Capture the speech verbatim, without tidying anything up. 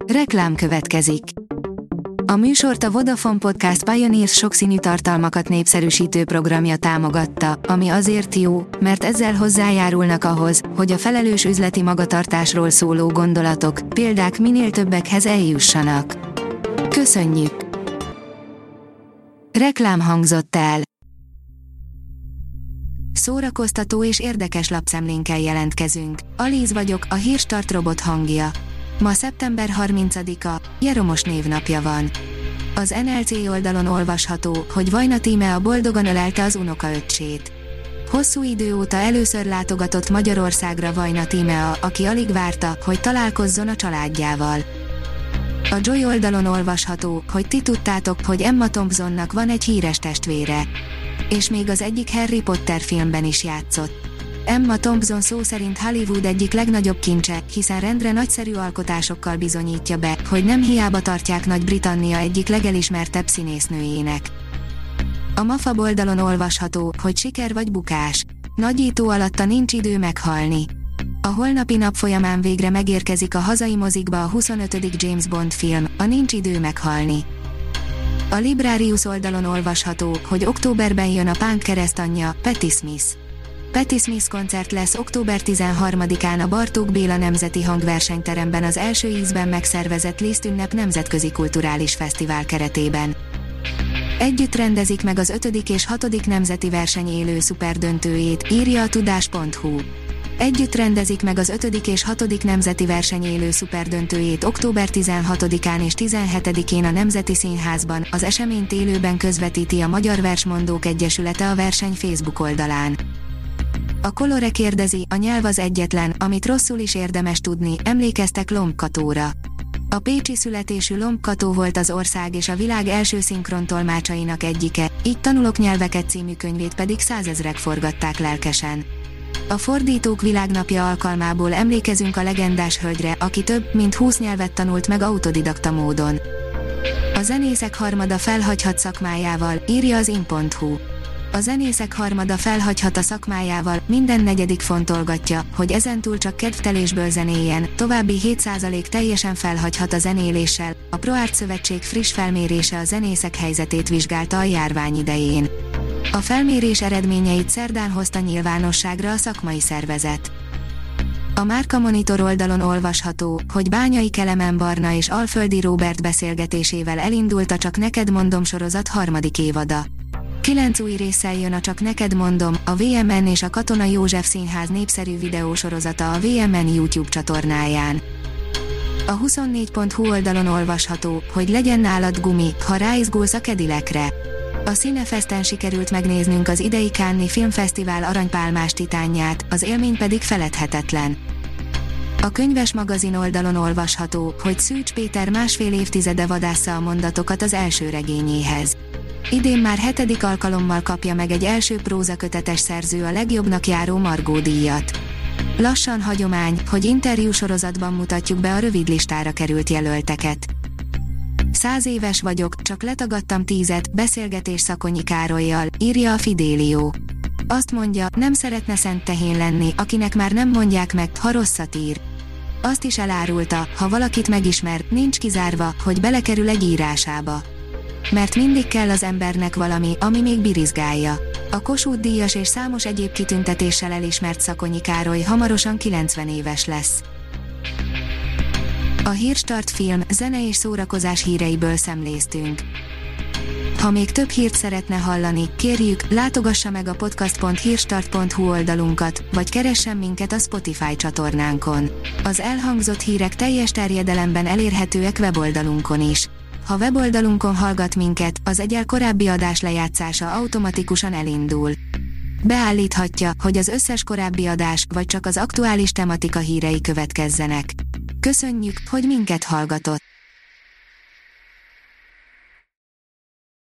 Reklám következik. A műsort a Vodafone Podcast Pioneers sokszínű tartalmakat népszerűsítő programja támogatta, ami azért jó, mert ezzel hozzájárulnak ahhoz, hogy a felelős üzleti magatartásról szóló gondolatok, példák minél többekhez eljussanak. Köszönjük! Reklám hangzott el. Szórakoztató és érdekes lapszemlénkkel jelentkezünk. Alíz vagyok, a Hírstart robot hangja. Ma szeptember harmincadika, Jeromos névnapja van. Az en el cé oldalon olvasható, hogy Vajna Tíme a boldogan ölelte az unokaöccsét. Hosszú idő óta először látogatott Magyarországra Vajna Tíme, aki alig várta, hogy találkozzon a családjával. A Joy oldalon olvasható, hogy ti tudtátok, hogy Emma Thompsonnak van egy híres testvére. És még az egyik Harry Potter filmben is játszott. Emma Thompson szó szerint Hollywood egyik legnagyobb kincse, hiszen rendre nagyszerű alkotásokkal bizonyítja be, hogy nem hiába tartják Nagy-Britannia egyik legelismertebb színésznőjének. A MAFA oldalon olvasható, hogy siker vagy bukás. Nagyító alatta nincs idő meghalni. A holnapi nap folyamán végre megérkezik a hazai mozikba a huszonötödik James Bond film, a Nincs idő meghalni. A Librarius oldalon olvasható, hogy októberben jön a punk keresztanyja, Patti Smith. Patti Smith koncert lesz október tizenharmadikán a Bartók Béla Nemzeti Hangversenyteremben az első ízben megszervezett Lisztünnep Nemzetközi Kulturális Fesztivál keretében. Együtt rendezik meg az ötödik és hatodik nemzeti verseny élő szuperdöntőjét, írja a tudás pont hu. Együtt rendezik meg az ötödik és hatodik nemzeti verseny élő szuperdöntőjét október tizenhatodikán és tizenhetedikén a Nemzeti Színházban, az eseményt élőben közvetíti a Magyar Versmondók Egyesülete a verseny Facebook oldalán. A Colore kérdezi, a nyelv az egyetlen, amit rosszul is érdemes tudni, emlékeztek Lomb Katóra. A pécsi születésű Lomb Kató volt az ország és a világ első szinkrontolmácsainak egyike, így Tanulok nyelveket című könyvét pedig százezrek forgatták lelkesen. A Fordítók Világnapja alkalmából emlékezünk a legendás hölgyre, aki több, mint húsz nyelvet tanult meg autodidakta módon. A zenészek harmada felhagyhat szakmájával, írja az in pont hu. A zenészek harmada felhagyhat a szakmájával, minden negyedik fontolgatja, hogy ezentúl csak kedvtelésből zenéljen, további hét százalék teljesen felhagyhat a zenéléssel. A ProArt Szövetség friss felmérése a zenészek helyzetét vizsgálta a járvány idején. A felmérés eredményeit szerdán hozta nyilvánosságra a szakmai szervezet. A Márka Monitor oldalon olvasható, hogy Bányai Kelemen Barna és Alföldi Róbert beszélgetésével elindult a Csak neked mondom sorozat harmadik évada. Kilenc új résszel jön a Csak neked mondom, a vé em en és a Katona József Színház népszerű videósorozata a vé em en YouTube csatornáján. A huszonnégy pont hu oldalon olvasható, hogy legyen nálad gumi, ha ráizgulsz a Cadillacre. A Cinefesten sikerült megnéznünk az idei Cannes-i Filmfesztivál aranypálmás titánját, az élmény pedig feledhetetlen. A Könyves Magazin oldalon olvasható, hogy Szűcs Péter másfél évtizede vadásza a mondatokat az első regényéhez. Idén már hetedik alkalommal kapja meg egy első prózakötetes szerző a legjobbnak járó Margó díjat. Lassan hagyomány, hogy interjúsorozatban mutatjuk be a rövidlistára került jelölteket. Száz éves vagyok, csak letagadtam tízet, beszélgetés Szakonyi Károllyal, írja a Fidelio. Azt mondja, nem szeretne szent tehén lenni, akinek már nem mondják meg, ha rosszat ír. Azt is elárulta, ha valakit megismer, nincs kizárva, hogy belekerül egy írásába. Mert mindig kell az embernek valami, ami még birizgálja. A Kossuth-díjas és számos egyéb kitüntetéssel elismert Szakonyi Károly hamarosan kilencven éves lesz. A Hírstart film, zene és szórakozás híreiből szemléztünk. Ha még több hírt szeretne hallani, kérjük, látogassa meg a podcast pont hírstart pont hu oldalunkat, vagy keressen minket a Spotify csatornánkon. Az elhangzott hírek teljes terjedelemben elérhetőek weboldalunkon is. Ha weboldalunkon hallgat minket, az egyel korábbi adás lejátszása automatikusan elindul. Beállíthatja, hogy az összes korábbi adás, vagy csak az aktuális tematika hírei következzenek. Köszönjük, hogy minket hallgatott!